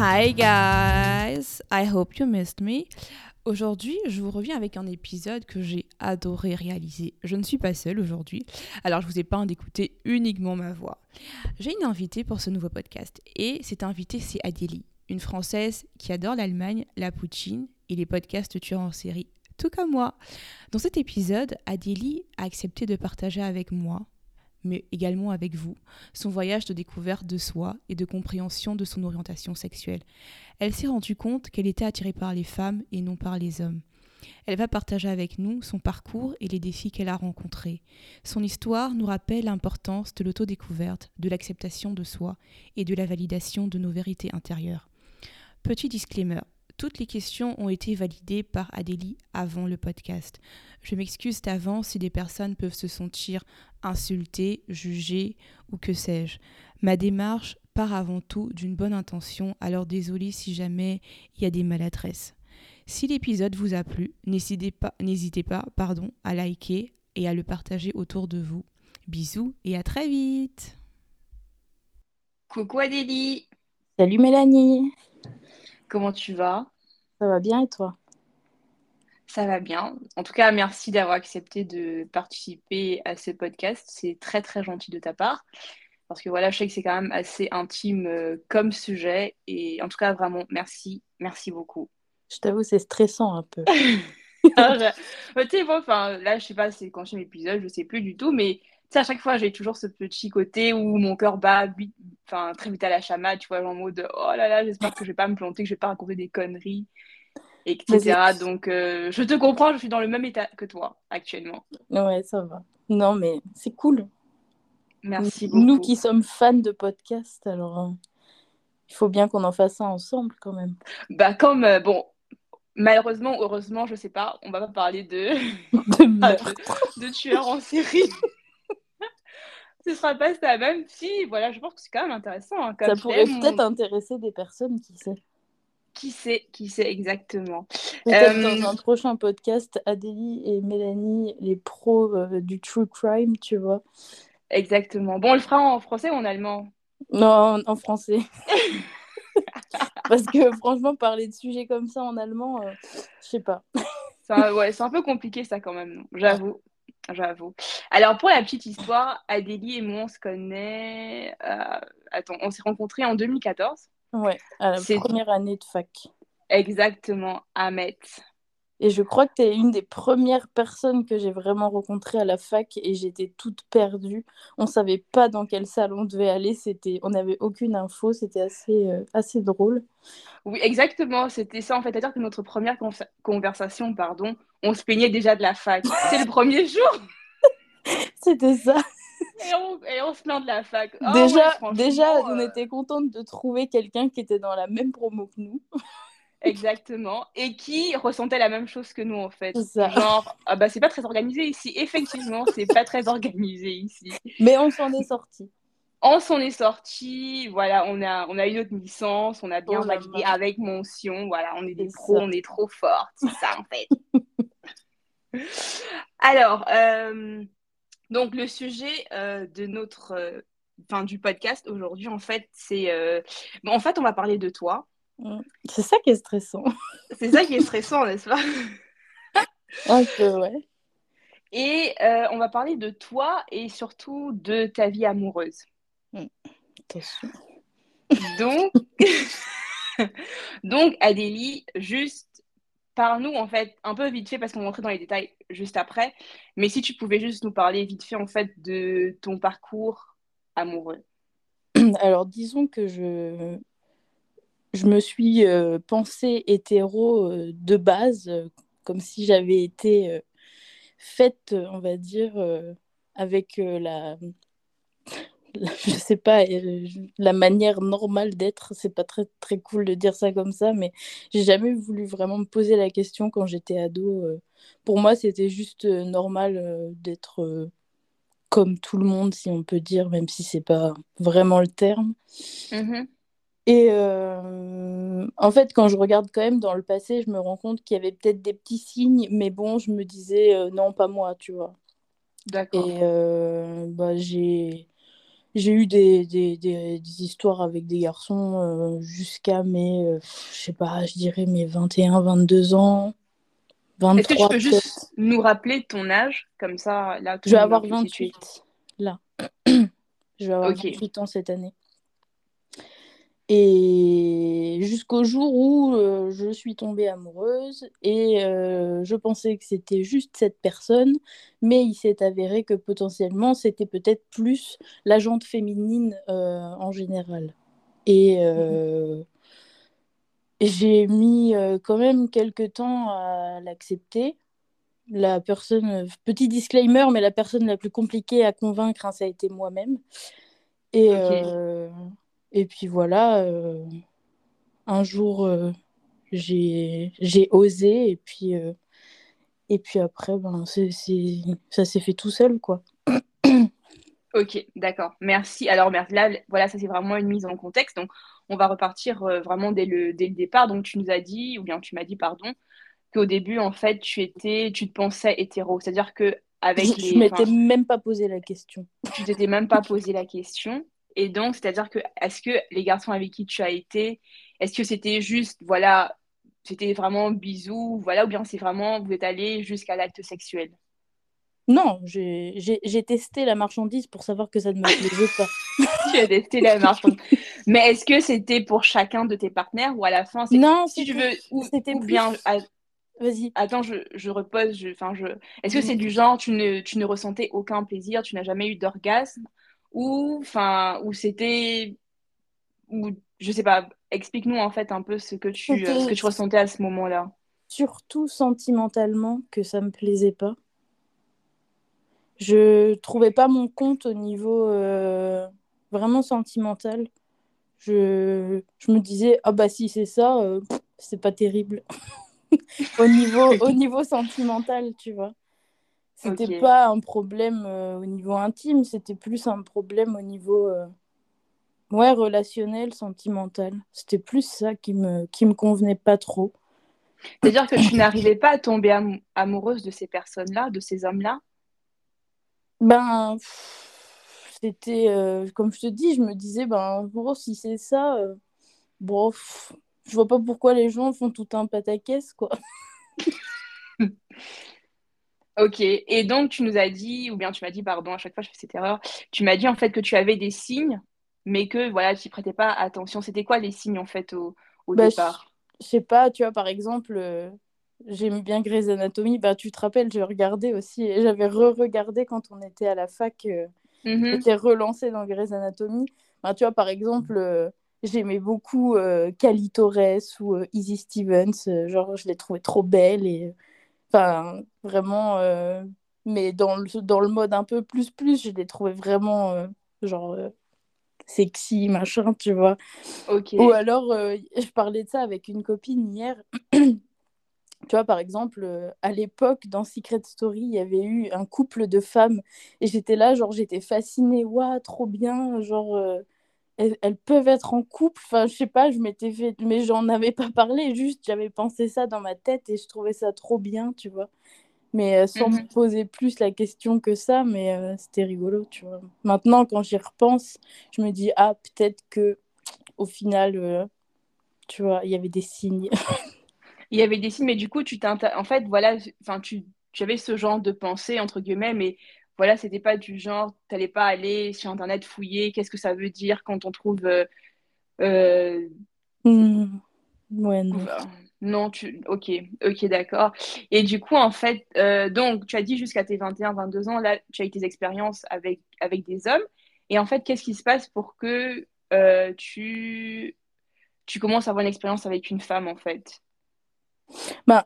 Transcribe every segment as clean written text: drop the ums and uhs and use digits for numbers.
Hi guys, I hope you missed me. Aujourd'hui, je vous reviens avec un épisode que j'ai adoré réaliser. Je ne suis pas seule aujourd'hui, alors je vous ai pas d'écouter uniquement ma voix. J'ai une invitée pour ce nouveau podcast et cette invitée c'est Adélie, une Française qui adore l'Allemagne, la poutine et les podcasts tueurs en série, tout comme moi. Dans cet épisode, Adélie a accepté de partager avec moi, mais également avec vous, son voyage de découverte de soi et de compréhension de son orientation sexuelle. Elle s'est rendue compte qu'elle était attirée par les femmes et non par les hommes. Elle va partager avec nous son parcours et les défis qu'elle a rencontrés. Son histoire nous rappelle l'importance de l'autodécouverte, de l'acceptation de soi et de la validation de nos vérités intérieures. Petit disclaimer, toutes les questions ont été validées par Adélie avant le podcast. Je m'excuse d'avance si des personnes peuvent se sentir insultées, jugées ou que sais-je. Ma démarche part avant tout d'une bonne intention, alors désolée si jamais il y a des maladresses. Si l'épisode vous a plu, n'hésitez pas, à liker et à le partager autour de vous. Bisous et à très vite. Coucou Adélie, Salut Mélanie, comment tu vas? ça va bien et toi? Ça va bien. En tout cas, merci d'avoir accepté de participer à ce podcast. C'est très très gentil de ta part. Parce que voilà, je sais que c'est quand même assez intime comme sujet. Et en tout cas, vraiment, merci. Merci beaucoup. Je t'avoue, c'est stressant un peu. Alors, tu sais, moi, enfin, là, je sais pas, c'est quand je fais mes épisodes, je sais plus du tout. Mais tu sais, à chaque fois, j'ai toujours ce petit côté où mon cœur bat enfin, très vite à la chamade, tu vois, en mode, oh là là, j'espère que je vais pas me planter, que je vais pas raconter des conneries. Mais etc. Donc, je te comprends, je suis dans le même état que toi actuellement. ouais, ça va. Non, mais c'est cool. Merci Nous beaucoup. qui sommes fans de podcasts, alors il faut bien qu'on en fasse un ensemble quand même. Bah, comme, bon, malheureusement ou heureusement, je sais pas, on va pas parler de, De ah, meurtre. de tueurs en série. Ce sera pas ça, même si, voilà, je pense que c'est quand même intéressant hein, Ça comme pourrait thème. peut-être intéresser des personnes, qui sait. Qui sait exactement. Peut-être dans un prochain podcast, Adélie et Mélanie, les pros du true crime, tu vois. Exactement. Bon, on le fera en français ou en allemand? Non, en français. Parce que franchement, parler de sujets comme ça en allemand, je sais pas. Ouais, c'est un peu compliqué ça quand même, non Ouais. J'avoue. Alors pour la petite histoire, Adélie et moi on se connaît. Attends, on s'est rencontrés en 2014. Ouais, à la C'est première année de fac. exactement à Metz. Et je crois que tu es une des premières personnes que j'ai vraiment rencontrées à la fac et j'étais toute perdue. On savait pas dans quelle salle on devait aller. On n'avait aucune info. C'était assez drôle. Oui, exactement, c'était ça en fait. C'est-à-dire que notre première conversation, pardon, on se plaignait déjà de la fac. C'est le premier jour C'était ça. et on se plaint de la fac. Ah ouais, Déjà, franchement, on était contente de trouver quelqu'un qui était dans la même promo que nous. exactement. Et qui ressentait la même chose que nous en fait. C'est ça. Genre, ah bah c'est pas très organisé ici. Effectivement, c'est pas très organisé ici. Mais on s'en est sortis. On s'en est sorti, voilà, on a eu notre licence, on a bien Oh la validé main, avec mention, voilà, on est des c'est pros, ça. on est trop fortes, c'est ça en fait. Alors, donc le sujet de notre, enfin du podcast aujourd'hui, en fait, c'est, bon, en fait, on va parler de toi. C'est ça qui est stressant. C'est ça qui est stressant, n'est-ce pas? Un peu, ouais. Et on va parler de toi et surtout de ta vie amoureuse. Attention. Donc, donc Adélie, juste parle-nous en fait un peu vite fait parce qu'on va rentrer dans les détails juste après. Mais si tu pouvais juste nous parler vite fait en fait de ton parcours amoureux. Alors, disons que je me suis pensée hétéro de base, comme si j'avais été faite, on va dire, avec je sais pas, la manière normale d'être. C'est pas très, très cool de dire ça comme ça, mais j'ai jamais voulu vraiment me poser la question quand j'étais ado. Pour moi, c'était juste normal d'être comme tout le monde, si on peut dire, même si c'est pas vraiment le terme. Mhm. Et en fait, quand je regarde quand même dans le passé, je me rends compte qu'il y avait peut-être des petits signes, mais bon, je me disais non, pas moi, tu vois. D'accord. Et bah, J'ai eu des histoires avec des garçons jusqu'à je sais pas, je dirais mes 21, 22 ans, Est-ce que tu 23 peux juste peut-être. nous rappeler ton âge? Comme ça, là, tout Je le vais monde est un avoir peu situé. 28 là. Je vais avoir Ok, 28 ans cette année. Et jusqu'au jour où je suis tombée amoureuse et je pensais que c'était juste cette personne, mais il s'est avéré que potentiellement c'était peut-être plus la jante féminine en général. Et j'ai mis quand même quelques temps à l'accepter. La personne, petit disclaimer, mais la personne la plus compliquée à convaincre, hein, ça a été moi-même. Et, ok, euh, et puis voilà, un jour, j'ai osé et puis après, ben, ça s'est fait tout seul, quoi. ok, d'accord. Merci. Alors, merci. Là, voilà, ça c'est vraiment une mise en contexte. Donc, on va repartir vraiment dès le départ. Donc, tu nous as dit, ou bien tu m'as dit, pardon, qu'au début, en fait, tu te pensais hétéro. C'est-à-dire que avec Je les, m'étais enfin, même pas posé la question. tu t'étais même pas posé la question. Et donc, c'est-à-dire que, est-ce que les garçons avec qui tu as été, est-ce que c'était juste, voilà, c'était vraiment bisous, voilà, ou bien c'est vraiment, vous êtes allé jusqu'à l'acte sexuel? Non, j'ai testé la marchandise pour savoir que ça ne me plaisait pas. Tu as testé la marchandise. Mais est-ce que c'était pour chacun de tes partenaires ou à la fin, c'est, Non, si tu veux, c'était ou bien, plus. Vas-y, attends, je repose, est-ce que c'est dis-moi. du genre, tu ne ressentais aucun plaisir, tu n'as jamais eu d'orgasme, ou, enfin, ou c'était, ou, je sais pas, explique-nous en fait un peu ce que C'était tu ressentais à ce moment-là. surtout sentimentalement que ça me plaisait pas. Je trouvais pas mon compte au niveau vraiment sentimental. Je me disais, ah bah si c'est ça, c'est pas terrible. Au niveau sentimental, tu vois. C'était Ok. pas un problème au niveau intime, c'était plus un problème au niveau ouais, relationnel, sentimental. C'était plus ça qui me convenait pas trop. C'est-à-dire que tu n'arrivais pas à tomber amoureuse de ces personnes-là, de ces hommes-là? Ben, c'était, comme je te dis, je me disais, ben, bon, si c'est ça, bon, je vois pas pourquoi les gens font tout un pataquès, quoi. Ok, et donc tu nous as dit, ou bien tu m'as dit, pardon, à chaque fois je fais cette erreur, tu m'as dit en fait que tu avais des signes, mais que voilà, tu n'y prêtais pas attention. C'était quoi les signes en fait au Bah, départ? je sais pas, tu vois, par exemple, j'aime bien Grey's Anatomy, bah, tu te rappelles, j'ai regardé aussi, et j'avais re-regardé quand on était à la fac, Mhm. j'étais relancée dans Grey's Anatomy. Bah, tu vois, par exemple, j'aimais beaucoup Cali Torres ou Izzy Stevens, genre, je les trouvais trop belles, et enfin, vraiment, mais dans le mode un peu plus, je les trouvais vraiment, genre, sexy, machin, tu vois. Ok. Ou alors, je parlais de ça avec une copine hier. Tu vois, par exemple, à l'époque, dans Secret Story, il y avait eu un couple de femmes. Et j'étais là, genre, j'étais fascinée. Waouh, trop bien. Genre, elles peuvent être en couple. Enfin, je sais pas, je m'étais fait. Mais j'en avais pas parlé, juste, j'avais pensé ça dans ma tête et je trouvais ça trop bien, tu vois. Mais sans me Mhm. poser plus la question que ça, mais c'était rigolo, tu vois. Maintenant, quand j'y repense, je me dis, ah, peut-être que au final, tu vois, il y avait des signes. Il y avait des signes, mais du coup, en fait, voilà, enfin, tu avais ce genre de pensée, entre guillemets, mais voilà, c'était pas du genre, t'allais pas aller sur Internet fouiller, qu'est-ce que ça veut dire quand on trouve euh, Hmm, ouais, non. Oula. Non, ok, ok, d'accord. Et du coup, en fait, donc, tu as dit jusqu'à tes 21, 22 ans, là, tu as eu tes expériences avec des hommes. Et en fait, qu'est-ce qui se passe pour que tu commences à avoir une expérience avec une femme, en fait? Bah,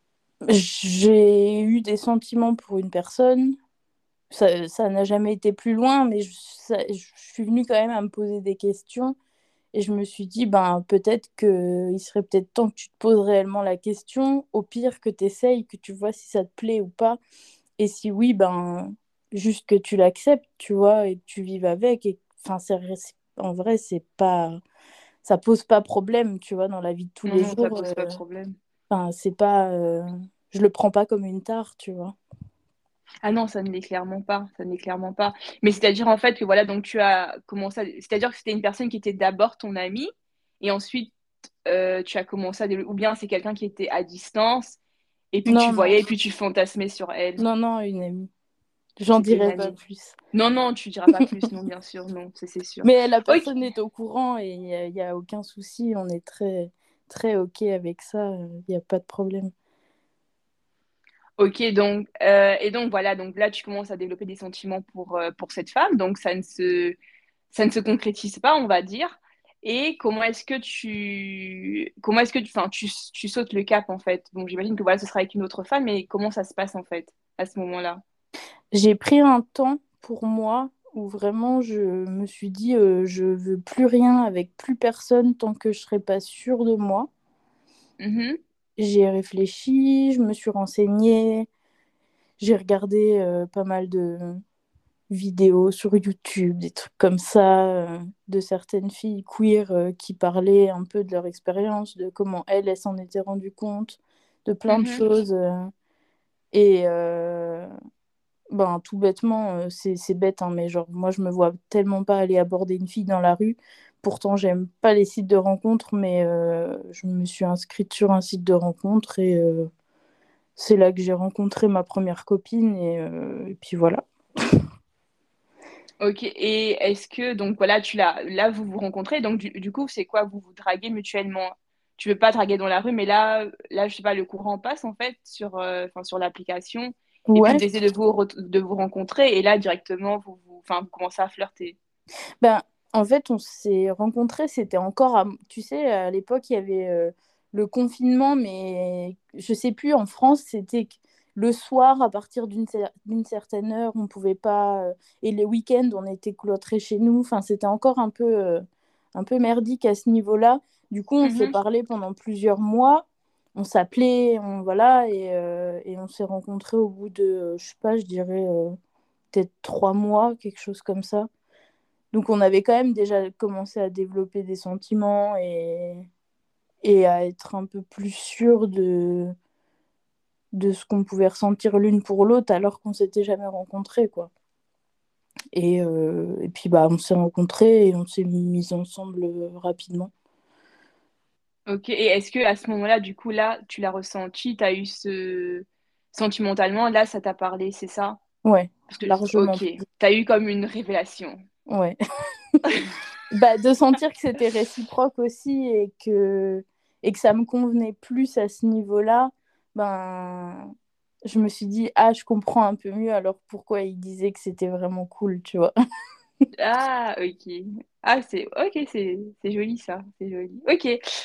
j'ai eu des sentiments pour une personne. Ça n'a jamais été plus loin, mais je suis venue quand même à me poser des questions. Et je me suis dit, ben, peut-être qu'il serait peut-être temps que tu te poses réellement la question. Au pire, que tu essayes, que tu vois si ça te plaît ou pas. Et si oui, ben, juste que tu l'acceptes, tu vois, et que tu vives avec. Et, enfin, en vrai, c'est pas, ça pose pas problème, tu vois, dans la vie de tous les Non, ça jours. pose pas de problème. Enfin, c'est pas, je le prends pas comme une tare, tu vois. Ah non, ça ne l'est clairement pas, ça ne l'est clairement pas. Mais c'est-à-dire en fait que voilà, donc tu as commencé c'est-à-dire que c'était une personne qui était d'abord ton amie et ensuite tu as commencé à développer, ou bien c'est quelqu'un qui était à distance et puis tu Non, non, voyais et puis tu fantasmais sur elle. non, non, une amie. J'en C'était une dirai pas amie. plus. Non, non, tu diras pas plus, non, bien sûr, non, c'est sûr. Mais la Ok, personne est au courant et il y a aucun souci. On est très, très OK avec ça. Il n'y a pas de problème. ok, donc, et donc voilà, donc là tu commences à développer des sentiments pour cette femme, donc ça ne se concrétise pas, on va dire. Et enfin, tu sautes le cap en fait. Donc j'imagine que voilà, ce sera avec une autre femme, mais comment ça se passe en fait à ce moment-là? J'ai pris un temps pour moi où vraiment je me suis dit je veux plus rien avec plus personne tant que je serai pas sûre de moi. Mhm, J'ai réfléchi, je me suis renseignée, j'ai regardé pas mal de vidéos sur YouTube, des trucs comme ça, de certaines filles queer qui parlaient un peu de leur expérience, de comment elles s'en étaient rendues compte, de plein de mhm. choses. Et ben, tout bêtement, c'est bête, hein, mais genre, moi, je me vois tellement pas aller aborder une fille dans la rue. Pourtant, j'aime pas les sites de rencontres, mais je me suis inscrite sur un site de rencontre et c'est là que j'ai rencontré ma première copine et puis voilà. Ok, et est-ce que, donc voilà, là vous vous rencontrez, donc du coup, c'est quoi? Vous vous draguez mutuellement? Tu veux pas draguer dans la rue, mais là, je sais pas, le courant passe en fait enfin, sur l'application, et puis Ouais, vous essayez de vous rencontrer, et là, directement, enfin, vous commencez à flirter. ben, en fait, on s'est rencontrés, c'était encore, tu sais, à l'époque, il y avait le confinement, mais je sais plus, en France, c'était le soir, à partir d'une certaine heure, on pouvait pas, et les week-ends, on était cloîtrés chez nous, enfin, c'était encore un peu merdique à ce niveau-là. Du coup, on s'est Mhm. parlé pendant plusieurs mois, on s'appelait, voilà, et on s'est rencontrés au bout de, je sais pas, je dirais peut-être 3 mois, quelque chose comme ça. Donc on avait quand même déjà commencé à développer des sentiments et à être un peu plus sûr de ce qu'on pouvait ressentir l'une pour l'autre alors qu'on s'était jamais rencontrés, quoi. Et puis bah on s'est rencontrés et on s'est mis ensemble rapidement. Ok, et est-ce que à ce moment-là, du coup, là, tu l'as ressenti, tu as eu sentimentalement, là, ça t'a parlé, c'est ça? Ouais, Parce que, largement ok, plus. tu as eu comme une révélation. Ouais. Bah, de sentir que c'était réciproque aussi et que ça me convenait plus à ce niveau-là, ben, je me suis dit, ah, je comprends un peu mieux alors pourquoi il disait que c'était vraiment cool, tu vois. Ah, ok. Ah, c'est joli ça, c'est joli. Ok.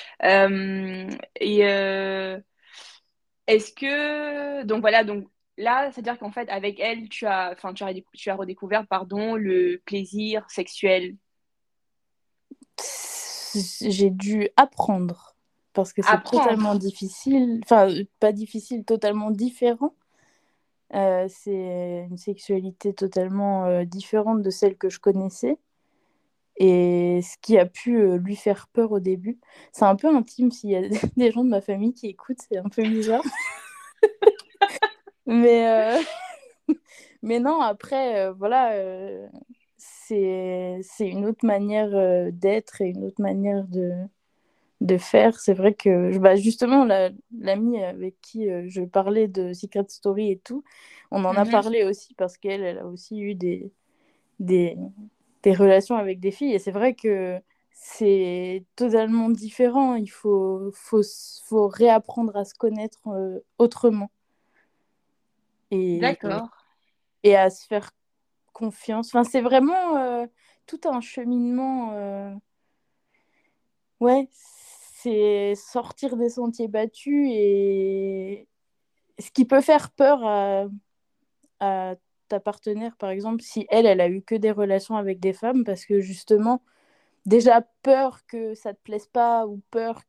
Et est-ce que donc voilà donc là, c'est-à-dire qu'en fait avec elle, enfin tu as redécouvert pardon le plaisir sexuel. J'ai dû apprendre parce que c'est totalement Apprendre. difficile, enfin, pas difficile, totalement différent. C'est une sexualité totalement différente de celle que je connaissais. Et ce qui a pu lui faire peur au début, c'est un peu intime s'il y a des gens de ma famille qui écoutent, c'est un peu bizarre. Mais, mais non, après, voilà, c'est une autre manière d'être et une autre manière de faire. C'est vrai que, bah, justement, l'amie avec qui je parlais de Secret Story et tout, on en a Mhm. parlé aussi parce qu'elle, elle a aussi eu des, des relations avec des filles. Et c'est vrai que c'est totalement différent. Faut réapprendre à se connaître autrement et, D'accord. et à se faire confiance. Enfin, c'est vraiment tout un cheminement. Ouais, c'est sortir des sentiers battus et ce qui peut faire peur à ta partenaire, par exemple, si elle a eu que des relations avec des femmes, parce que justement, déjà peur que ça te plaise pas ou peur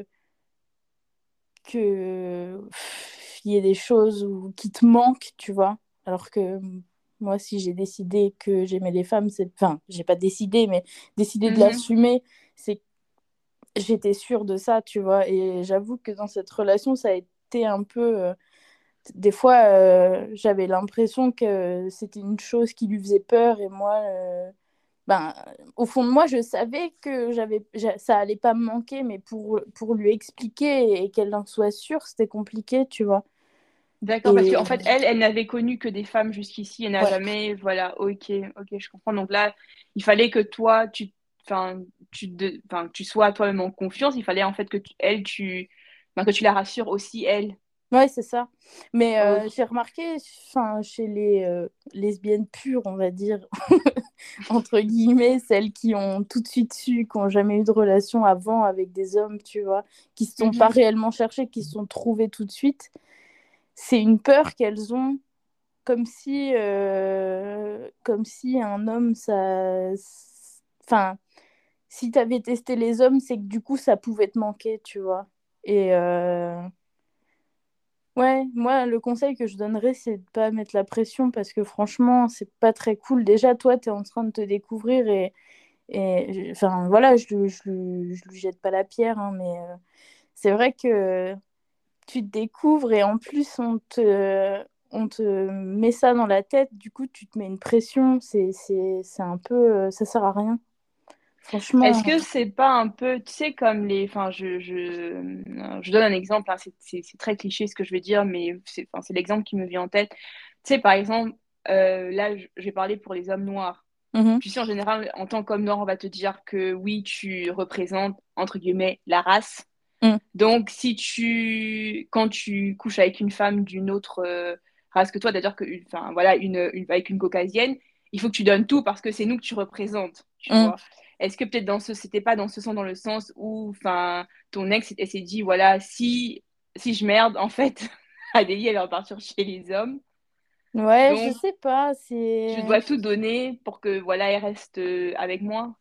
il y ait des choses qui te manquent, tu vois. Alors que moi, si j'ai décidé que j'aimais les femmes, enfin, j'ai pas décidé, mais décidé de Mhm. l'assumer, c'est j'étais sûre de ça, tu vois. Et j'avoue que dans cette relation, ça a été un peu des fois, j'avais l'impression que c'était une chose qui lui faisait peur et moi, ben, au fond de moi, je savais que ça allait pas me manquer, mais pour lui expliquer et qu'elle en soit sûre, c'était compliqué, tu vois. D'accord, parce Et qu'en fait, elle n'avait connu que des femmes jusqu'ici, elle n'a ouais, jamais, voilà, ok, ok, je comprends. Donc là, il fallait que toi, enfin, que tu sois toi-même en confiance. Il fallait en fait que que tu la rassures aussi elle. ouais, c'est ça. Mais Ok. j'ai remarqué, enfin, chez les lesbiennes pures, on va dire, entre guillemets, celles qui ont tout de suite su, qui n'ont jamais eu de relation avant avec des hommes, tu vois, qui ne se sont pas Mhm. réellement cherchées, qui se sont trouvées tout de suite, c'est une peur qu'elles ont, comme si un homme, ça... Enfin, si tu avais testé les hommes, c'est que du coup, ça pouvait te manquer, tu vois. Et ouais, moi, le conseil que je donnerais, c'est de pas mettre la pression parce que franchement, c'est pas très cool. Déjà, toi, tu es en train de te découvrir enfin, voilà, je lui jette pas la pierre, hein, mais c'est vrai que tu te découvres et en plus, on te met ça dans la tête. Du coup, tu te mets une pression. C'est un peu, ça sert à rien. Est-ce Franchement, que c'est pas un peu, tu sais, comme les, enfin, je donne un exemple, hein, c'est très cliché ce que je vais dire, mais c'est l'exemple qui me vient en tête. Tu sais, par exemple, là, j'ai parlé pour les hommes noirs. mhm, Tu sais, en général, en tant qu'homme noir, on va te dire que oui, tu représentes, entre guillemets, la race. mhm, Donc, quand tu couches avec une femme d'une autre race que toi, c'est-à-dire enfin, voilà, avec une caucasienne, il faut que tu donnes tout parce que c'est nous que tu représentes, tu mhm. vois. Est-ce que peut-être c'était pas dans ce sens, dans le sens où, enfin, ton ex, elle s'est dit, voilà, si je merde, en fait, Adélie, elle va partir chez les hommes. Ouais, je Donc, sais pas, je dois tout donner pour que, voilà, elle reste avec moi.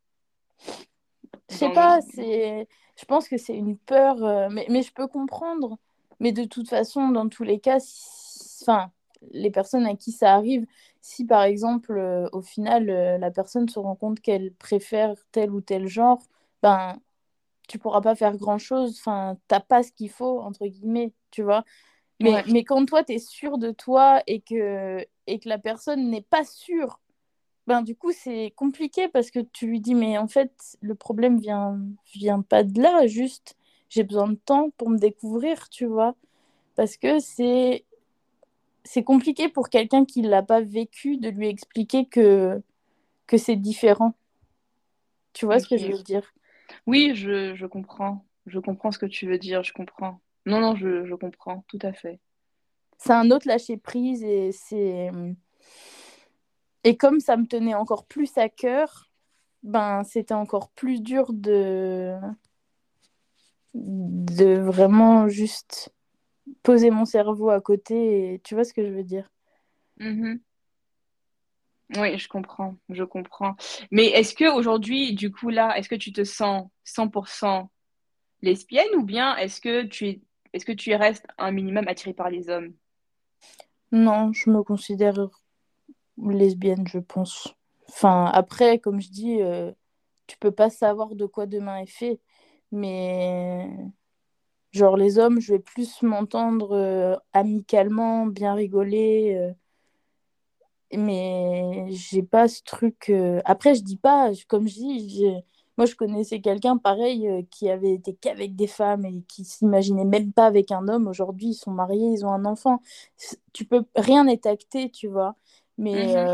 je sais Dans le... pas, je pense que c'est une peur, mais je peux comprendre. Mais de toute façon, dans tous les cas, enfin, les personnes à qui ça arrive, si par exemple, au final, la personne se rend compte qu'elle préfère tel ou tel genre, ben, tu pourras pas faire grand-chose. Enfin, t'as pas ce qu'il faut, entre guillemets, tu vois. Mais, Ouais, mais quand toi, tu es sûr de toi et que la personne n'est pas sûre, ben, du coup, c'est compliqué parce que tu lui dis, mais en fait, le problème vient pas de là, juste, j'ai besoin de temps pour me découvrir, tu vois. Parce que c'est compliqué pour quelqu'un qui l'a pas vécu de lui expliquer que c'est différent. Tu vois ce que je ok. veux dire? Oui, je comprends. Je comprends ce que tu veux dire, je comprends. Non, non, je comprends, tout à fait. C'est un autre lâcher prise et comme ça me tenait encore plus à cœur, ben c'était encore plus dur de vraiment juste poser mon cerveau à côté et tu vois ce que je veux dire? Mhm. Oui, je comprends, je comprends. Mais est-ce que aujourd'hui, du coup, là, est-ce que tu te sens 100% lesbienne ou bien est-ce que tu restes un minimum attirée par les hommes? Non, je me considère lesbienne, je pense. Enfin, après, comme je dis, tu peux pas savoir de quoi demain est fait, mais genre les hommes, je vais plus m'entendre amicalement, bien rigoler, mais j'ai pas ce truc. Après, je dis pas, comme je dis, moi je connaissais quelqu'un pareil qui avait été qu'avec des femmes et qui s'imaginait même pas avec un homme. Aujourd'hui, ils sont mariés, ils ont un enfant. Tu peux, rien n'est acté, tu vois. Mais Mhm.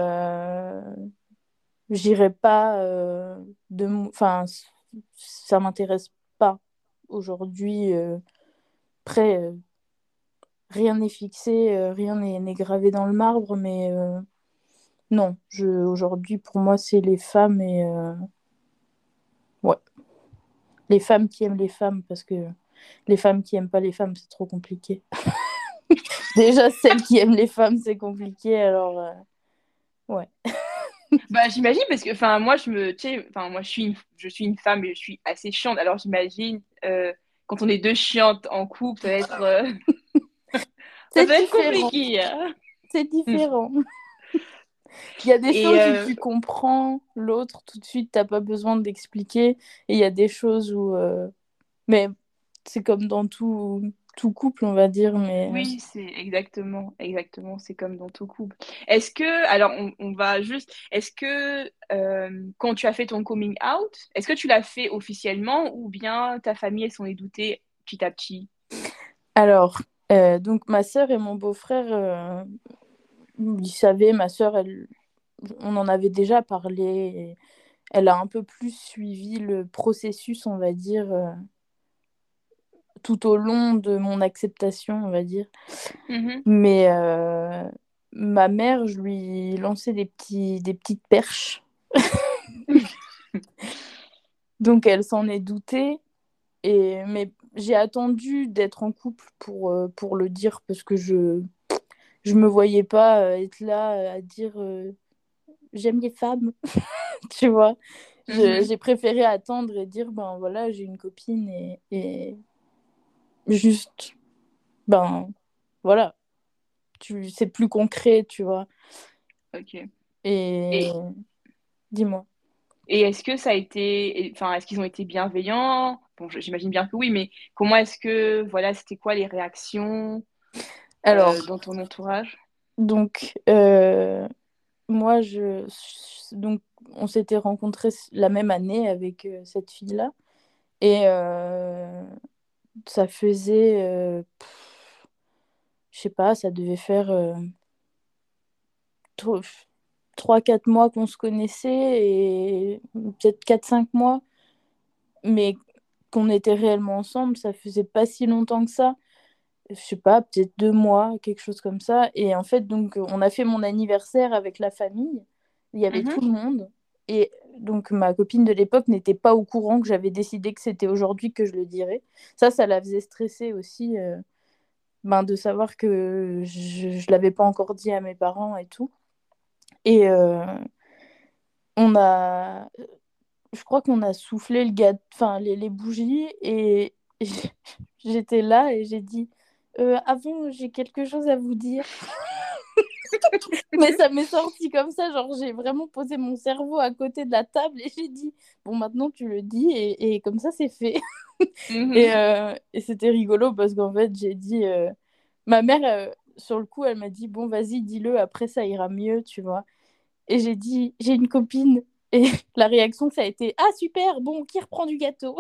j'irai pas enfin, ça m'intéresse pas aujourd'hui. Après, rien n'est fixé, rien n'est gravé dans le marbre, mais non, aujourd'hui, pour moi, c'est les femmes et ouais, les femmes qui aiment les femmes parce que les femmes qui aiment pas les femmes, c'est trop compliqué. Déjà, celles qui aiment les femmes, c'est compliqué, alors ouais. Bah, j'imagine parce que, enfin, tu sais, enfin, moi, je suis une femme et je suis assez chiante. Alors, j'imagine, quand on est deux chiantes en couple, ça C'est doit être différent, compliqué, hein. c'est différent. Il y a des Et, choses où tu comprends l'autre tout de suite, t'as pas besoin d'expliquer. Et il y a des choses où. Mais c'est comme dans tout couple, on va dire, mais Oui, c'est exactement, exactement, c'est comme dans tout couple. Est-ce que, alors on va juste, est-ce que quand tu as fait ton coming out, est-ce que tu l'as fait officiellement ou bien ta famille, elles s'en est doutées petit à petit? alors, donc ma sœur et mon beau-frère, ils savaient, ma sœur, on en avait déjà parlé, et elle a un peu plus suivi le processus, on va dire, tout au long de mon acceptation, on va dire. Mhm. Mais ma mère, je lui lançais des petites perches. Donc elle s'en est doutée. Mais j'ai attendu d'être en couple pour le dire parce que je me voyais pas être là à dire j'aime les femmes, tu vois. Mhm. J'ai préféré attendre et dire ben voilà, j'ai une copine et juste, ben voilà, c'est plus concret, tu vois. Ok. Et Et, dis-moi. et est-ce que ça a été, enfin, est-ce qu'ils ont été bienveillants? Bon, j'imagine bien que oui, mais comment est-ce que, voilà, c'était quoi les réactions Alors, dans ton entourage? donc, moi, donc, on s'était rencontrés la même année avec cette fille-là. Et ça faisait, je sais pas, ça devait faire 3-4 mois qu'on se connaissait et peut-être 4-5 mois, mais qu'on était réellement ensemble, ça faisait pas si longtemps que ça. Je sais pas, peut-être 2 mois, quelque chose comme ça. Et en fait, donc, on a fait mon anniversaire avec la famille. Il y avait Mhm. tout le monde. Et donc, ma copine de l'époque n'était pas au courant que j'avais décidé que c'était aujourd'hui que je le dirais. Ça la faisait stresser aussi, ben, de savoir que je l'avais pas encore dit à mes parents et tout. Et on a, je crois qu'on a soufflé enfin, les bougies et j'étais là et j'ai dit, avant, j'ai quelque chose à vous dire. Mais ça m'est sorti comme ça, genre j'ai vraiment posé mon cerveau à côté de la table et j'ai dit, bon, maintenant tu le dis et comme ça c'est fait. Mhm. Et c'était rigolo parce qu'en fait j'ai dit, ma mère, sur le coup, elle m'a dit, bon, vas-y, dis-le, après ça ira mieux, tu vois. Et j'ai dit, j'ai une copine. Et la réaction, ça a été, ah super, bon, qui reprend du gâteau?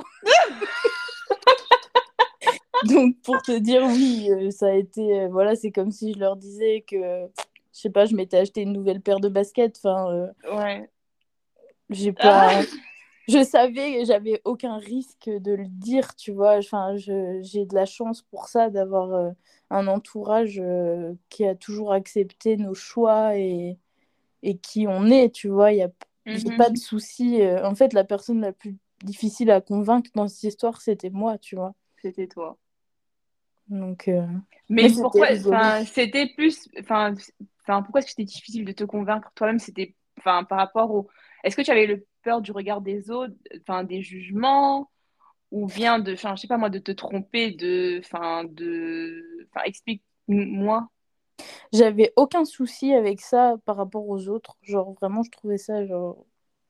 Donc pour te dire, oui, ça a été, voilà, c'est comme si je leur disais que, je sais pas, je m'étais acheté une nouvelle paire de baskets. Enfin, Ouais. j'ai Ah! pas. Je savais, j'avais aucun risque de le dire, tu vois. Enfin, j'ai de la chance pour ça d'avoir un entourage qui a toujours accepté nos choix et qui on est, tu vois. J'ai Mhm. pas de souci. En fait, la personne la plus difficile à convaincre dans cette histoire, c'était moi, tu vois. C'était toi. Donc, mais Mais c'était pourquoi, rigolo. enfin, c'était plus, enfin, pourquoi est-ce que c'était difficile de te convaincre toi-même? C'était, enfin, par rapport au, est-ce que tu avais le peur du regard des autres, enfin, des jugements, ou bien de, enfin, je sais pas moi, de te tromper, enfin, explique-moi. J'avais aucun souci avec ça par rapport aux autres. Genre, vraiment, je trouvais ça, genre,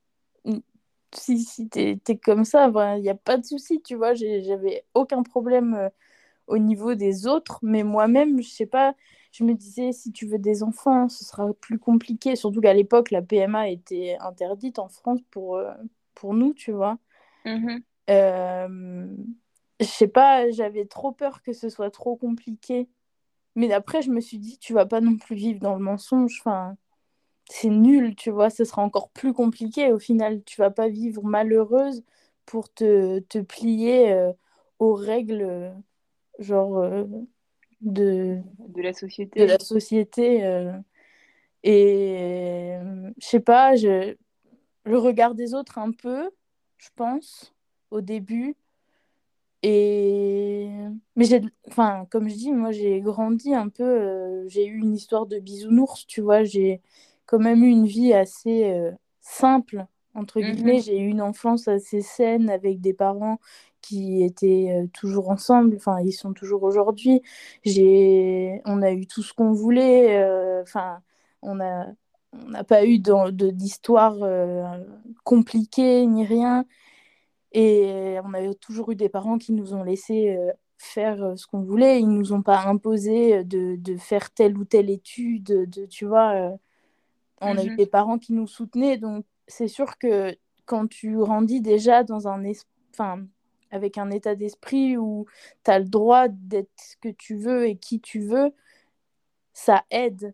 si t'es comme ça, il n'y a pas de souci, tu vois. J'avais aucun problème au niveau des autres, mais moi-même, je sais pas, je me disais, si tu veux des enfants, ce sera plus compliqué. Surtout qu'à l'époque, la PMA était interdite en France pour nous, tu vois. Mhm. Euh, je sais pas, j'avais trop peur que ce soit trop compliqué. Mais après, je me suis dit, tu vas pas non plus vivre dans le mensonge. Enfin, c'est nul, tu vois, ce sera encore plus compliqué au final. Tu vas pas vivre malheureuse pour te plier aux règles, genre, de, De la de société. la société. Et je sais pas, le regard des autres un peu, je pense, au début. Et mais enfin, comme je dis, moi j'ai grandi un peu, j'ai eu une histoire de bisounours, tu vois, j'ai quand même eu une vie assez simple, entre Mhm. guillemets. J'ai eu une enfance assez saine avec des parents qui étaient toujours ensemble, enfin ils sont toujours aujourd'hui. On a eu tout ce qu'on voulait, enfin on a on n'a pas eu d'histoire compliquée ni rien. Et on avait toujours eu des parents qui nous ont laissé faire ce qu'on voulait. Ils nous ont pas imposé de faire telle ou telle étude. Tu vois, on a eu Mhm. des parents qui nous soutenaient. Donc, c'est sûr que quand tu grandis déjà dans enfin, avec un état d'esprit où tu as le droit d'être ce que tu veux et qui tu veux, ça aide.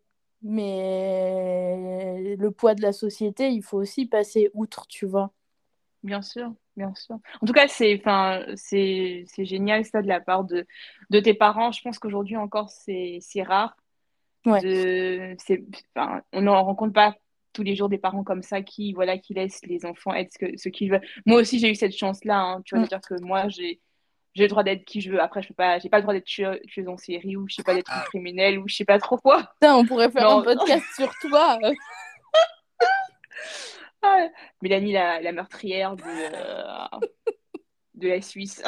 Mais le poids de la société, il faut aussi passer outre, tu vois. Bien sûr, bien sûr. En tout cas, c'est génial ça de la part de tes parents. Je pense qu'aujourd'hui encore, c'est rare. Ouais. Enfin, on n'en rencontre pas tous les jours des parents comme ça qui, voilà, qui laissent les enfants être ce qu'ils veulent. Moi aussi, j'ai eu cette chance-là, hein. Tu vois, Mm. c'est-à-dire que moi, j'ai le droit d'être qui je veux. Après, je peux pas, j'ai pas le droit d'être tueuse en série ou je sais pas, d'être une criminelle ou je sais pas trop quoi. Putain, on pourrait faire un Non, podcast sur toi. ah, Mélanie, la meurtrière de la Suisse.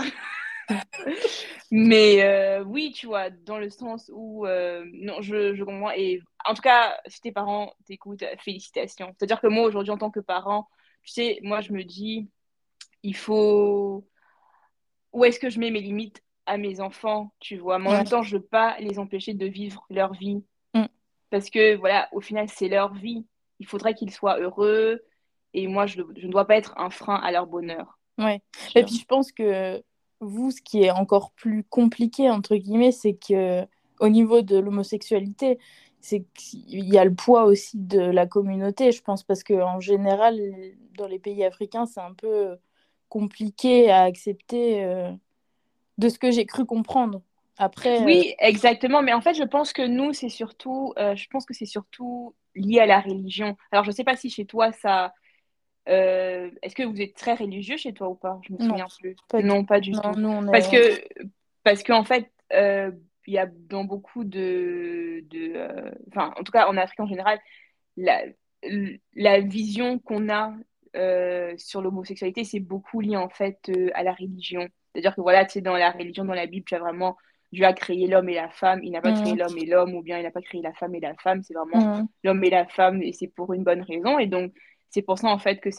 Mais oui, tu vois, dans le sens où, non, je comprends. Et en tout cas, si tes parents t'écoutent, félicitations. C'est-à-dire que moi, aujourd'hui, en tant que parent, tu sais, moi, je me dis, il faut... Où est-ce que je mets mes limites à mes enfants, tu vois? Mais en même Ouais. temps, je veux pas les empêcher de vivre leur vie. Mm. Parce que, voilà, au final, c'est leur vie. Il faudrait qu'ils soient heureux. Et moi, je ne dois pas être un frein à leur bonheur, Ouais. tu Et vois? puis je pense que vous, ce qui est encore plus compliqué, entre guillemets, c'est que au niveau de l'homosexualité, c'est qu'il y a le poids aussi de la communauté, je pense, parce qu'en général, dans les pays africains, c'est un peu compliqué à accepter de ce que j'ai cru comprendre. Après, Oui, exactement. Mais en fait, je pense que nous, je pense que c'est surtout lié à la religion. Alors, je ne sais pas si chez toi, est-ce que vous êtes très religieux chez toi ou pas? Je me non, souviens plus. pas du Non, pas du Non, tout. nous, on Parce est... que, parce qu'en fait, il y a dans beaucoup enfin, en tout cas, en Afrique en général, la, la vision qu'on a sur l'homosexualité, c'est beaucoup lié en fait à la religion. C'est-à-dire que voilà, tu sais, dans la religion, dans la Bible, tu as vraiment Dieu a créé l'homme et la femme, il n'a pas créé Mm, l'homme et l'homme, ou bien il n'a pas créé la femme et la femme, c'est vraiment mm, l'homme et la femme, et c'est pour une bonne raison. Et donc, c'est pour ça en fait que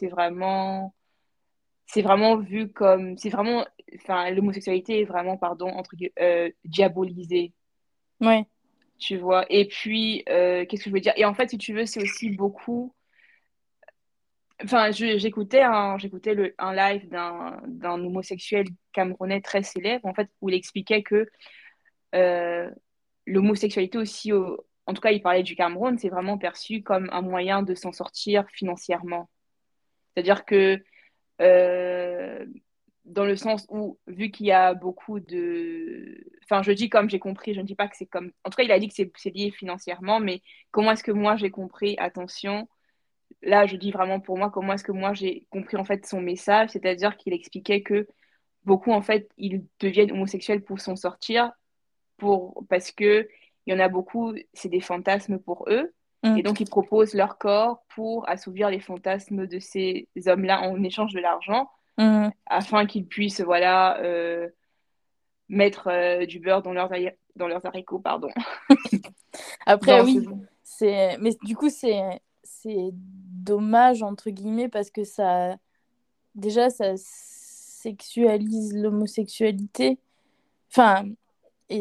c'est vraiment vu comme, c'est vraiment, enfin, l'homosexualité est vraiment, pardon, diabolisée, ouais. tu vois. Et puis, qu'est-ce que je veux dire? Et en fait, si tu veux, c'est aussi beaucoup. Enfin, j'écoutais un live d'un homosexuel camerounais très célèbre, en fait, où il expliquait que euh, l'homosexualité aussi, en tout cas, il parlait du Cameroun, c'est vraiment perçu comme un moyen de s'en sortir financièrement. C'est-à-dire que, euh, dans le sens où, vu qu'il y a beaucoup de... Enfin, je dis comme j'ai compris, je ne dis pas que c'est comme... En tout cas, il a dit que c'est lié financièrement, mais comment est-ce que moi j'ai compris, attention, là, je dis vraiment pour moi, comment est-ce que moi j'ai compris en fait son message, c'est-à-dire qu'il expliquait que beaucoup en fait ils deviennent homosexuels pour s'en sortir, parce que il y en a beaucoup, c'est des fantasmes pour eux, et Mm, donc ils proposent leur corps pour assouvir les fantasmes de ces hommes-là en échange de l'argent, mm. afin qu'ils puissent voilà mettre du beurre dans leurs haricots, pardon. Après, Dans ce... oui, c'est... Mais du coup, c'est dommage, entre guillemets, parce que ça... Déjà, ça sexualise l'homosexualité. Enfin, et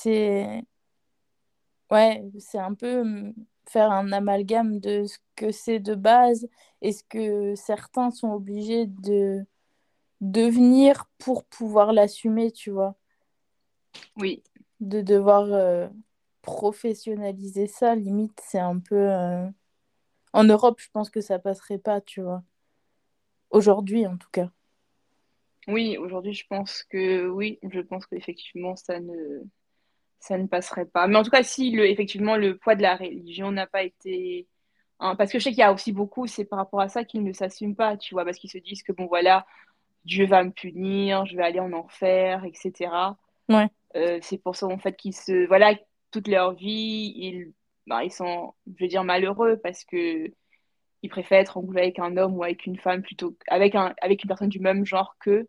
Ouais, c'est un peu faire un amalgame de ce que c'est de base et ce que certains sont obligés de devenir pour pouvoir l'assumer, tu vois. Oui, De devoir professionnaliser ça, limite, c'est un peu... En Europe, je pense que ça passerait pas, tu vois. Aujourd'hui, en tout cas. oui, aujourd'hui je pense qu'effectivement ça ne passerait pas. Mais en tout cas, si effectivement le poids de la religion n'a pas été... hein, parce que je sais qu'il y a aussi beaucoup, c'est par rapport à ça qu'ils ne s'assument pas, tu vois, parce qu'ils se disent que bon voilà, Dieu va me punir, je vais aller en enfer, etc. Ouais. C'est pour ça en fait voilà, toute leur vie, ils sont, je veux dire, malheureux parce que ils préfèrent être en couple avec un homme ou avec une femme plutôt avec une personne du même genre qu'eux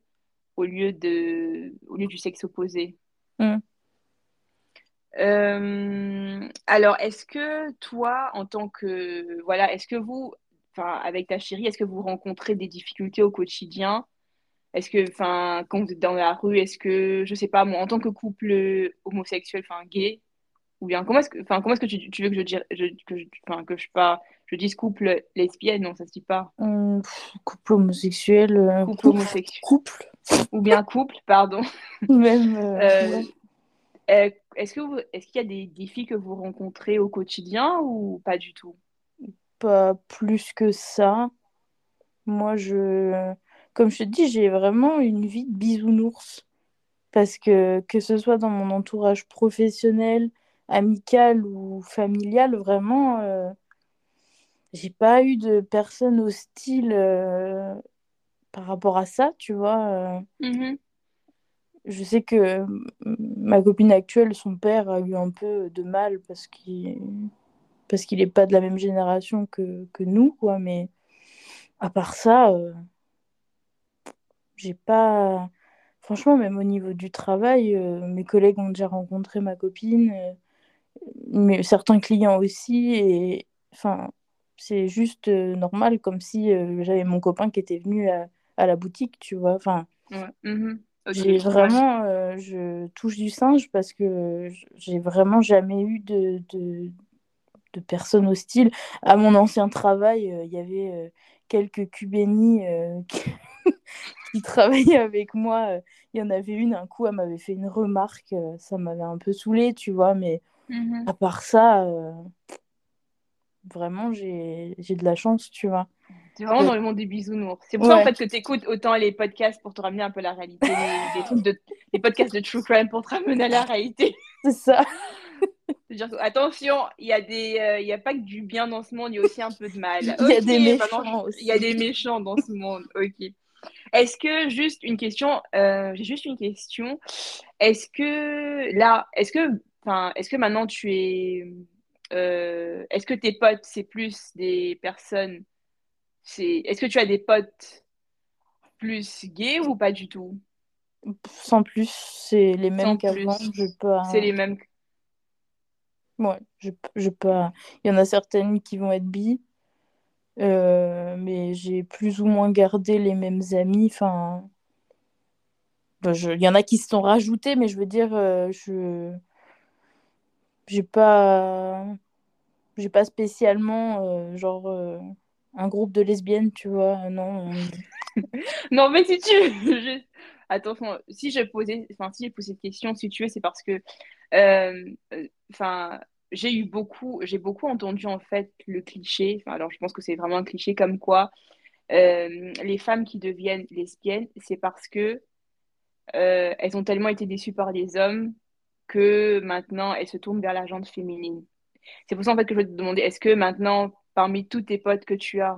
au lieu du sexe opposé. Mm. Alors, est-ce que toi, en tant que, voilà, est-ce que vous, enfin, avec ta chérie, est-ce que vous rencontrez des difficultés au quotidien? Est-ce que, enfin, quand vous êtes dans la rue, est-ce que, je sais pas, moi, en tant que couple homosexuel, enfin, gay, ou bien, comment est-ce que tu veux que je dise, enfin, que je dise couple lesbienne, non, ça se dit pas. Couple homosexuel, Couple homosexuel. couple, Ou bien couple, pardon. même. Euh, Ouais. est-ce qu'il y a des défis que vous rencontrez au quotidien ou pas du tout? Pas plus que ça. Moi, comme je te dis, j'ai vraiment une vie de bisounours. Parce que ce soit dans mon entourage professionnel, amical ou familial, vraiment, j'ai pas eu de personne hostile par rapport à ça, tu vois. Mhm. Je sais que ma copine actuelle, son père a eu un peu de mal parce qu'il est pas de la même génération que nous, quoi. Mais à part ça, j'ai pas. Franchement, même au niveau du travail, mes collègues ont déjà rencontré ma copine, mais certains clients aussi. Et enfin, c'est juste normal, comme si j'avais mon copain qui était venu à la boutique, tu vois. Enfin, Ouais. Mhm. Ok, j'ai ouais. vraiment, je touche du singe parce que j'ai vraiment jamais eu de personnes hostiles. À mon ancien travail, il y avait quelques Cubénis qui travaillaient avec moi. Il y en avait une, un coup, elle m'avait fait une remarque, ça m'avait un peu saoulée, tu vois, mais Mhm. à part ça, vraiment, j'ai de la chance, tu vois. C'est vraiment Euh, dans le monde des bisounours. C'est pour ça en ouais, fait que tu écoutes autant les podcasts pour te ramener un peu à la réalité, les podcasts de true crime pour te ramener à la réalité. c'est ça. C'est-à-dire que, attention, il y a pas que du bien dans ce monde, il y a aussi un peu de mal. Il y a Ok, des maintenant méchants il y a aussi. des méchants dans ce monde. Ok. Est-ce que juste une question, j'ai juste une question. Est-ce que maintenant est-ce que tes potes c'est plus des personnes, est-ce que tu as des potes plus gays ou pas du tout? Sans plus, c'est les mêmes Sans qu'avant. plus, Je c'est pas. les mêmes. Ouais, je pas. Il y en a certaines qui vont être bi, mais j'ai plus ou moins gardé les mêmes amis. Enfin, il y en a qui se sont rajoutés, mais je veux dire, j'ai pas, j'ai pas spécialement genre un groupe de lesbiennes, tu vois. Non. Non, mais si tu veux, juste... Attention, si j'ai posé cette question, si tu veux, c'est parce que, enfin, j'ai beaucoup entendu en fait le cliché. Enfin, alors, je pense que c'est vraiment un cliché comme quoi les femmes qui deviennent lesbiennes, c'est parce que elles ont tellement été déçues par les hommes que maintenant elles se tournent vers la gente féminine. C'est pour ça en fait que je veux te demander, est-ce que maintenant, parmi tous tes potes que tu as,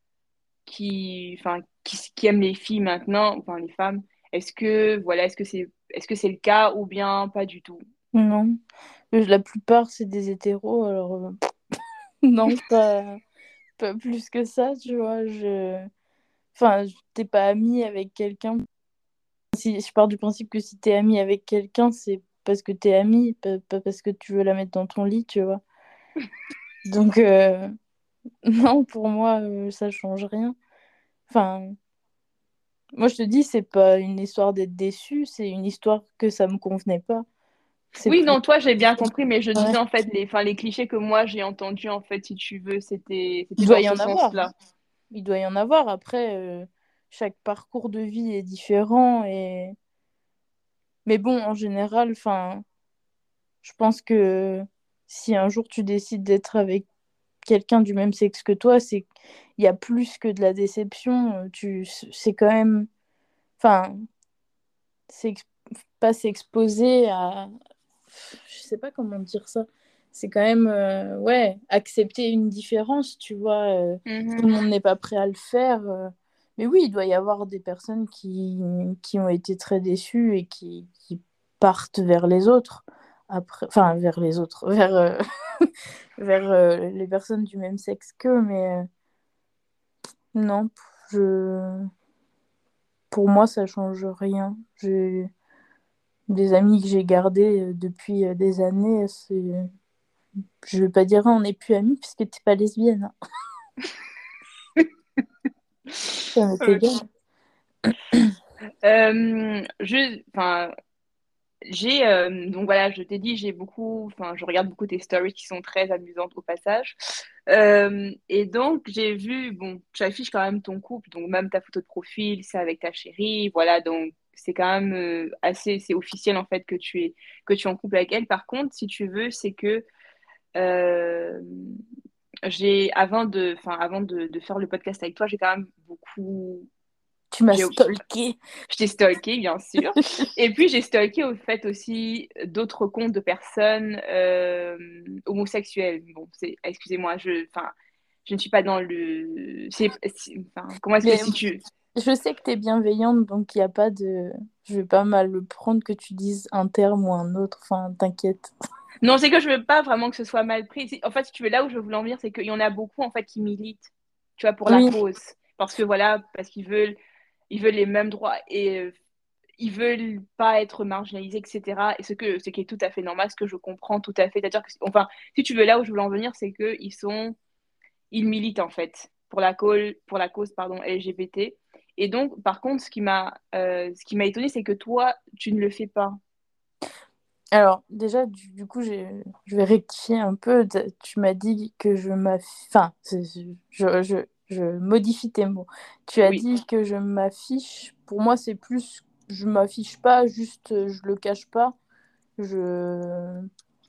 qui aiment les filles maintenant, enfin les femmes, est-ce que c'est le cas ou bien pas du tout? Non. La plupart, c'est des hétéros, alors non, pas plus que ça, tu vois. Enfin, t'es pas ami avec quelqu'un. Si je pars du principe que si t'es ami avec quelqu'un, c'est parce que t'es ami, pas parce que tu veux la mettre dans ton lit, tu vois. Donc, non, pour moi, ça change rien. Enfin, moi, je te dis, c'est pas une histoire d'être déçu, c'est une histoire que ça me convenait pas. C'est Oui, plus. non, toi j'ai bien compris, mais je Ouais. disais en fait les clichés que moi j'ai entendus en fait, si tu veux, Il c'était doit dans y ce en avoir. sens-là. Il doit y en avoir. Après, chaque parcours de vie est différent. Mais bon, en général, enfin, je pense que si un jour tu décides d'être avec quelqu'un du même sexe que toi, il y a plus que de la déception. C'est quand même, enfin, c'est ex- pas s'exposer à, je sais pas comment dire ça. C'est quand même, ouais, accepter une différence, tu vois. Tout le Mhm. monde n'est pas prêt à le faire. Mais oui, il doit y avoir des personnes qui ont été très déçues et qui partent vers les autres. Après, enfin, vers les autres, vers les personnes du même sexe qu'eux. Mais non, je... pour moi, ça change rien. J'ai des amis que j'ai gardés depuis des années. Je vais pas dire on n'est plus amis puisque t'es pas lesbienne, hein. Ça m'est Ok. égal. Enfin, donc voilà, je t'ai dit, je regarde beaucoup tes stories qui sont très amusantes au passage. Et donc j'ai vu, bon, tu affiches quand même ton couple, donc même ta photo de profil, c'est avec ta chérie, voilà, donc c'est quand même c'est officiel en fait que tu es en couple avec elle. Par contre, si tu veux, c'est que euh, avant de faire le podcast avec toi, j'ai quand même beaucoup, Tu m'as j'ai stalké. je t'ai stalké, bien sûr. Et puis, j'ai stalké au fait aussi d'autres comptes de personnes homosexuelles. Bon, excusez-moi, enfin, je ne suis pas dans le. Enfin, comment est-ce que Mais si tu. je sais que tu es bienveillante, donc il n'y a pas de. Je vais pas mal le prendre que tu dises un terme ou un autre. Enfin, t'inquiète. Non, c'est que je veux pas vraiment que ce soit mal pris. En fait, si tu veux, là où je voulais en venir, c'est qu'il y en a beaucoup en fait qui militent, tu vois, pour la Oui, cause, parce que voilà, parce ils veulent les mêmes droits et ils veulent pas être marginalisés, etc. Et ce qui est tout à fait normal, ce que je comprends tout à fait. C'est-à-dire que, enfin, si tu veux, là où je voulais en venir, c'est que ils militent en fait pour la cause, pardon, LGBT. Et donc, par contre, ce qui m'a étonné, c'est que toi, tu ne le fais pas. alors déjà, du coup, je vais rectifier un peu. Tu m'as dit que je m'affiche. Enfin, je modifie tes mots. Tu as Oui. dit que je m'affiche. Pour moi, c'est plus. Je m'affiche pas, juste je le cache pas. Je.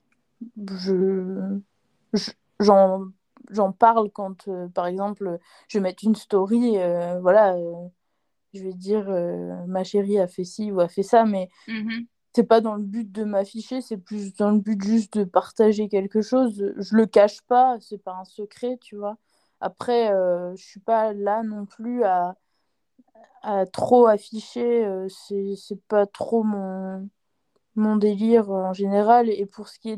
Je. je- J'en j'en parle quand, par exemple, je vais mettre une story. Voilà, je vais dire ma chérie a fait ci ou a fait ça, mais Mhm. c'est pas dans le but de m'afficher, c'est plus dans le but juste de partager quelque chose. Je le cache pas, c'est pas un secret, tu vois. Après, je suis pas là non plus à trop afficher, c'est pas trop mon délire en général. Et pour ce qui est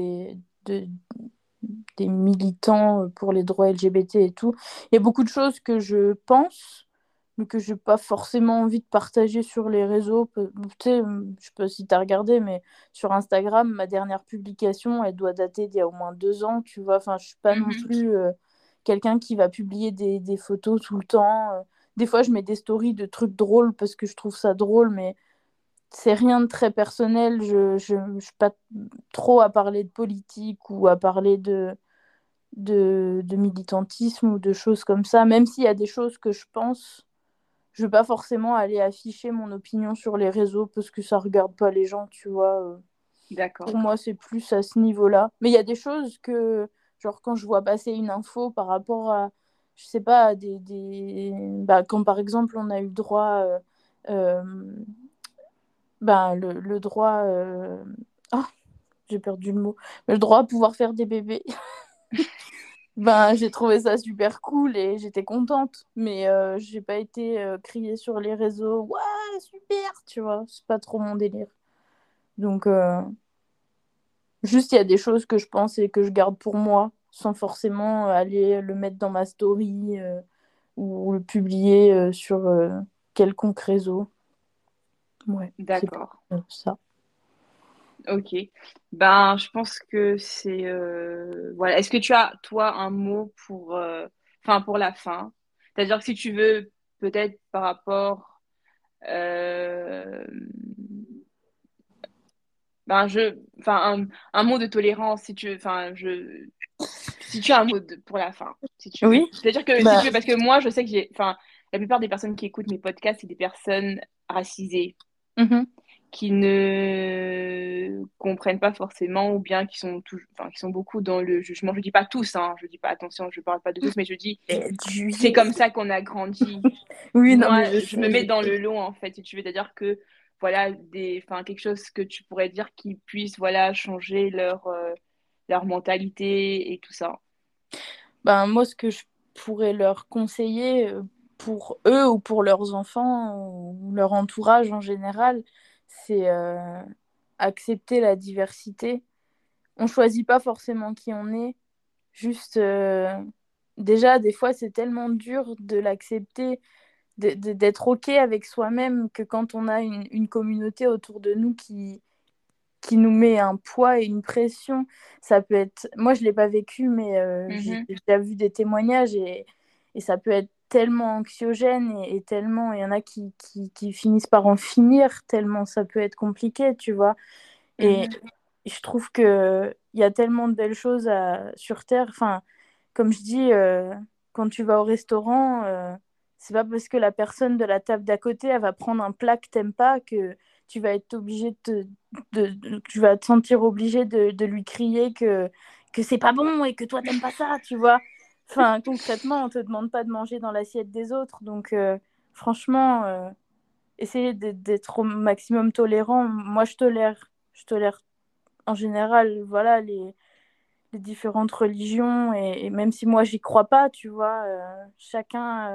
des militants pour les droits LGBT et tout, il y a beaucoup de choses que je pense, mais que j'ai pas forcément envie de partager sur les réseaux. Tu sais, je sais pas si tu as regardé, mais sur Instagram, ma dernière publication, elle doit dater d'il y a au moins 2 ans, tu vois. Enfin, je suis pas non Mhm. plus quelqu'un qui va publier des photos tout le temps. Des fois, je mets des stories de trucs drôles parce que je trouve ça drôle, mais c'est rien de très personnel. Je suis pas trop à parler de politique ou à parler de militantisme ou de choses comme ça, même s'il y a des choses que je pense, je ne vais pas forcément aller afficher mon opinion sur les réseaux parce que ça ne regarde pas les gens, tu vois. Pour D'accord. moi, c'est plus à ce niveau-là. Mais il y a des choses que, genre, quand je vois passer une info par rapport à, je sais pas, bah, quand par exemple on a eu droit, euh, le droit, ah, j'ai perdu le mot, le droit à pouvoir faire des bébés. Ben, j'ai trouvé ça super cool et j'étais contente, mais j'ai pas été criée sur les réseaux. Waouh, super, tu vois, c'est pas trop mon délire. Donc, juste, il y a des choses que je pense et que je garde pour moi, sans forcément aller le mettre dans ma story ou le publier sur quelconque réseau. Ouais, c'est D'accord. ça. Ok. Ben, je pense que c'est voilà. Est-ce que tu as toi un mot enfin pour la fin? C'est-à-dire que si tu veux peut-être par rapport euh, ben un mot de tolérance si tu veux, si tu as un pour la fin, si tu veux. Oui, C'est-à-dire que si bah, tu veux, parce que moi je sais que la plupart des personnes qui écoutent mes podcasts, c'est des personnes racisées mhm. qui ne comprennent pas forcément ou bien qui sont beaucoup dans le jugement. Je dis pas tous, hein, je dis pas attention, je parle pas de tous, mais je dis Et c'est juger. comme ça qu'on a grandi. Oui, non, mais Moi, je je me sais, mets je dans sais. le lot en fait, si tu veux, c'est-à-dire que voilà quelque chose que tu pourrais dire qui puisse voilà changer leur mentalité et tout ça. Ben, moi, ce que je pourrais leur conseiller pour eux ou pour leurs enfants ou leur entourage en général, c'est accepter la diversité. On choisit pas forcément qui on est, juste déjà, des fois, c'est tellement dur de l'accepter, d'être OK avec soi-même que quand on a une communauté autour de nous qui nous met un poids et une pression. Ça peut être. Moi, je ne l'ai pas vécu, mais j'ai Mhm. déjà vu des témoignages et ça peut être tellement anxiogène et tellement, il y en a qui finissent par en finir, tellement ça peut être compliqué, tu vois. Et je trouve qu'il y a tellement de belles choses sur Terre. Enfin, comme je dis, quand tu vas au restaurant, c'est pas parce que la personne de la table d'à côté, elle va prendre un plat que t'aimes pas que tu vas être obligé tu vas te sentir obligé de lui crier que c'est pas bon et que toi t'aimes pas ça, tu vois. Enfin, concrètement, on te demande pas de manger dans l'assiette des autres. Donc, franchement, essayer d'être au maximum tolérant. Moi, je tolère en général, voilà, les différentes religions. Et même si moi, j'y crois pas, tu vois, chacun,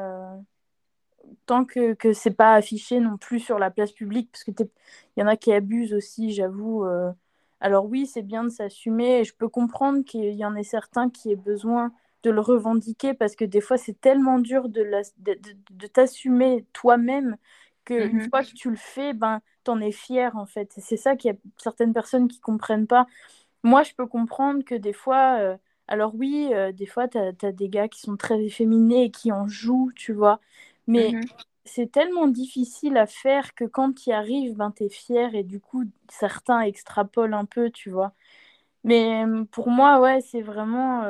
tant que c'est pas affiché non plus sur la place publique, parce que y en a qui abusent aussi, j'avoue. Alors oui, c'est bien de s'assumer, et je peux comprendre qu'il y en ait certains qui aient besoin de le revendiquer, parce que des fois, c'est tellement dur de t'assumer toi-même qu'une fois que tu le fais, ben, t'en es fier, en fait. Et c'est ça qu'il y a certaines personnes qui comprennent pas. Moi, je peux comprendre que des fois... alors oui, des fois, t'as des gars qui sont très efféminés et qui en jouent, tu vois. Mais c'est tellement difficile à faire que quand tu y arrives, ben, t'es fier et du coup, certains extrapolent un peu, tu vois. Mais pour moi, ouais, c'est vraiment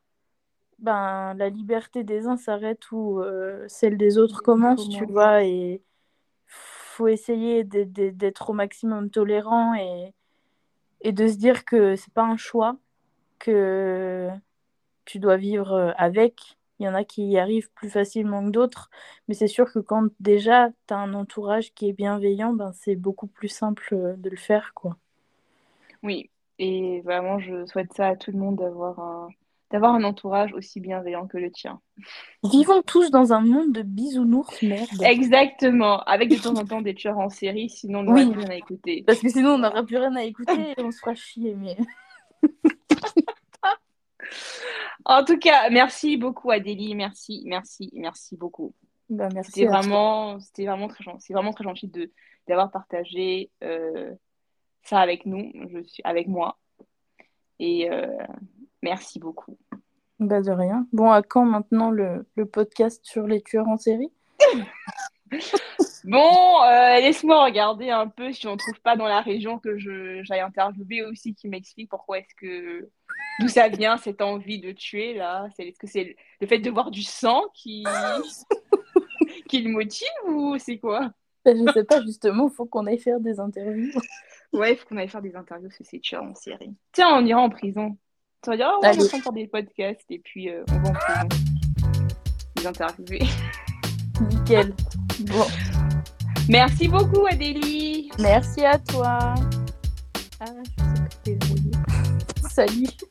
ben, la liberté des uns s'arrête où celle des autres commence, tu vois. Et faut essayer d'être au maximum tolérant et de se dire que c'est pas un choix, que tu dois vivre avec. Il y en a qui y arrivent plus facilement que d'autres, mais c'est sûr que quand déjà tu as un entourage qui est bienveillant, ben, c'est beaucoup plus simple de le faire, quoi. Oui, et vraiment, je souhaite ça à tout le monde d'avoir un entourage aussi bienveillant que le tien. Vivons tous dans un monde de bisounours, merde. Exactement, avec de temps en temps des tueurs en série, sinon on n'aurait Oui, plus rien à écouter. parce que sinon on Voilà. n'aura plus rien à écouter et on se fera chier. Mais En tout cas, merci beaucoup Adélie, merci beaucoup. ben, merci à toi. C'était vraiment très gentil, c'est vraiment très gentil d'avoir partagé ça avec nous, avec moi, et merci beaucoup. Ben, de rien. Bon, à quand maintenant le podcast sur les tueurs en série? Bon, laisse-moi regarder un peu si on ne trouve pas dans la région que j'aille interviewer aussi qui m'explique d'où ça vient cette envie de tuer là. Est-ce que c'est le fait de voir du sang qui le motive ou c'est quoi? Ben, je sais pas, justement, il faut qu'on aille faire des interviews. Ouais, il faut qu'on aille faire des interviews sur ces tueurs en série. Tiens, on ira en prison. Tu vas dire, oh, ouais, on est en Allez, train de faire des podcasts et puis on va en prison. Les interviewer. nickel. Bon, Merci beaucoup Adélie. merci à toi. Ah, je sais pas déverrouiller. Salut.